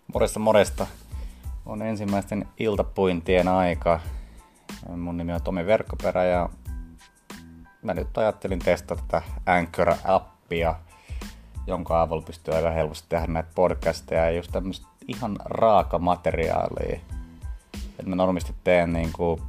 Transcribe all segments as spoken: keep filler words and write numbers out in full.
Morjesta morjesta. On ensimmäisten iltapuintien aika. Mun nimi on Tomi Verkkoperä ja mä nyt ajattelin testata tätä Anchor-appia, jonka avulla pystyy aika helposti tehdä näitä podcasteja ja just tämmöistä ihan raaka materiaalia. Et mä normaalisti teen niinku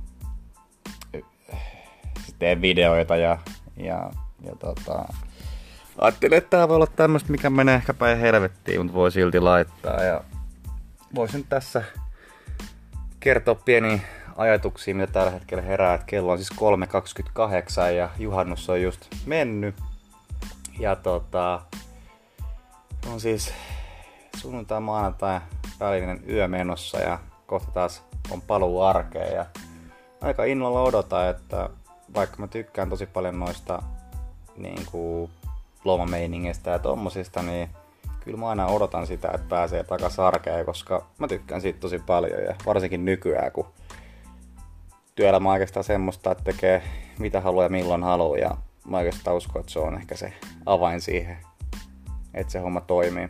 teen videoita ja, ja, ja tota, ajattelin, että tää voi olla tämmöistä, mikä menee ehkä päin helvettiin, mutta voi silti laittaa. Ja voisin tässä kertoa pieniä ajatuksia, mitä tällä hetkellä herää. Et kello on siis kolme kaksikymmentäkahdeksan ja juhannus on just mennyt. Ja tota, on siis sunnuntai, maanantai välinen yö menossa ja kohta taas on paluu arkeen. Ja aika innolla odotan, että vaikka mä tykkään tosi paljon noista niinku lomameiningeistä ja tommosista, niin kyllä mä aina odotan sitä, että pääsee takas arkeen, koska mä tykkään siitä tosi paljon ja varsinkin nykyään, kun työelämä on oikeastaan semmoista, että tekee mitä haluaa ja milloin haluaa ja mä oikeastaan uskon, että se on ehkä se avain siihen, että se homma toimii.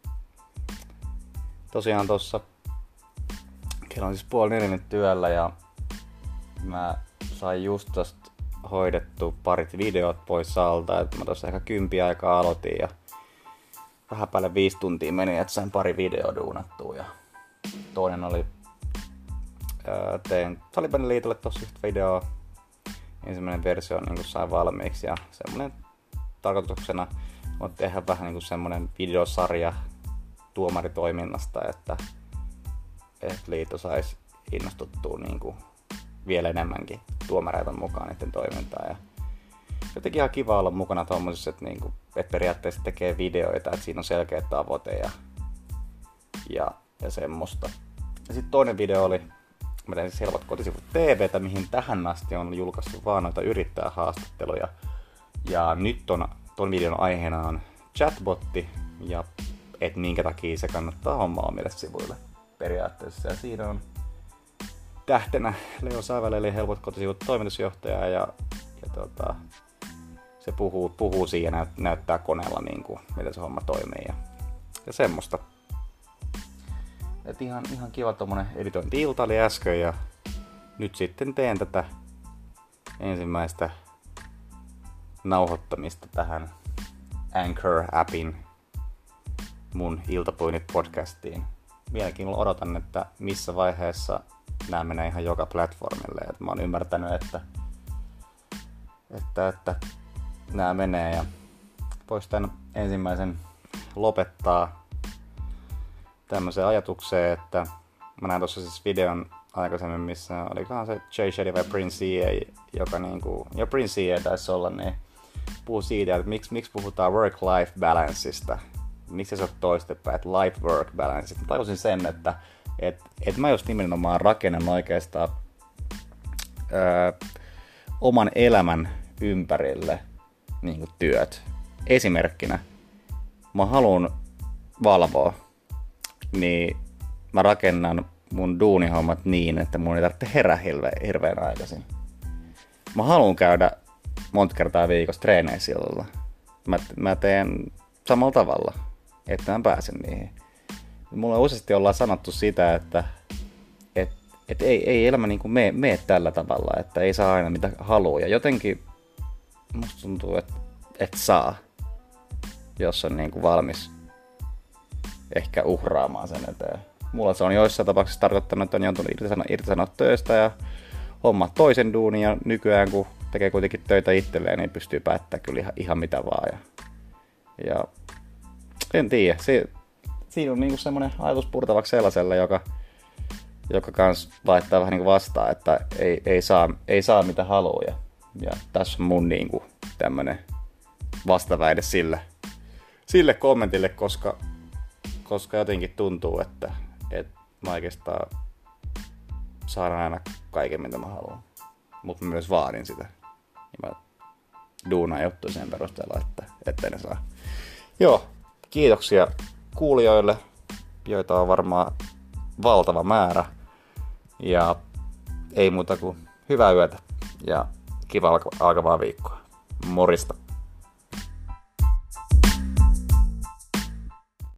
Tosiaan tossa kello on siis puoli neljä nyt työllä ja mä sain just tosta hoidettu parit videot pois alta, että mä tossa ehkä kympi aikaa aloitin ja vähän päälle viisi tuntia meni, että sain pari videoa duunattua ja toinen oli ää, tein Salibändiliitolle tossa yhtä videoa. Ensimmäinen versio niin sain valmiiksi ja semmonen tarkoituksena on tehdä vähän niin kuin semmonen videosarja tuomaritoiminnasta, että, että liitto saisi innostuttua niin kuin vielä enemmänkin tuomareita mukaan niiden toimintaan. Ja jotenkin ihan kiva olla mukana tommosissa, että, niinku, että periaatteessa tekee videoita, että siinä on selkeä tavoite ja, ja, ja semmoista. Ja sitten toinen video oli, mä tein siis Helpot kotisivut T V:tä, mihin tähän asti on julkaistu vaan noita yrittäjähaastatteluja. Ja nyt on, ton videon aiheena on chatbotti ja että minkä takia se kannattaa hommaa omille sivuille periaatteessa. Ja siinä on tähtenä Leo Sävelä, eli Helpot kotisivut toimitusjohtaja ja, ja tota, se puhuu, puhuu siinä ja näyttää koneella niin kuin, miten se homma toimii ja, ja semmoista. Et ihan, ihan kiva tommonen editointi-ilta oli äsken ja nyt sitten teen tätä ensimmäistä nauhoittamista tähän Anchor-appin mun iltapuinit podcastiin. Mielenkiinnolla odotan, että missä vaiheessa nämä menee ihan joka platformille. Et mä oon ymmärtänyt, että, että, että nämä menee ja vois tän ensimmäisen lopettaa tämmöiseen ajatukseen, että mä näin tuossa siis videon aikaisemmin, missä olikohan se Jay Shetty vai Prince E A, joka niinku, ja Prince E A taisi olla, niin puhuu siitä, että miksi, miksi puhutaan work-life balanceista. Miksi se on toistepäin, että life-work balance. Mä tajusin sen, että et, et mä just nimenomaan rakennan oikeastaan öö, oman elämän ympärille niin kuin työt. Esimerkkinä, mä haluan valvoa, niin mä rakennan mun duunihommat niin, että mun ei tarvitse herää hirveän, hirveän aikaisin. Mä haluan käydä monta kertaa viikossa treeneissä illalla. Mä, mä teen samalla tavalla, että mä pääsen niihin. Mulla useasti ollaan sanottu sitä, että et, et ei, ei elämä niin kuin mene, mene tällä tavalla, että ei saa aina mitä haluaa. Ja jotenkin musta tuntuu, että et saa, jos on niin kuin valmis ehkä uhraamaan sen eteen. Mulla se on joissain tapauksissa tarkoittanut, että on joutunut irtisanoa, irtisanoa töistä ja hommaa toisen duunin. Ja nykyään kun tekee kuitenkin töitä itselleen, niin pystyy päättämään kyllä ihan, ihan mitä vaan. Ja, ja en tiedä. Se, siinä on niinku semmoinen ajatus purtavaksi sellaiselle, joka, joka kans laittaa vähän niinku vastaan, että ei, ei, saa, ei saa mitä haluaa. Ja, ja tässä on mun niinku tämmönen vastaväide sille, sille kommentille, koska, koska jotenkin tuntuu, että, että mä oikeastaan saan aina kaiken mitä mä haluan. Mutta mä myös vaadin sitä. Ja mä duunaan juttuja sen perusteella, että, että ne saa. Joo, kiitoksia kuulijoille, joita on varmaan valtava määrä. Ja ei muuta kuin hyvää yötä ja kiva alkavaa viikkoa. Morista!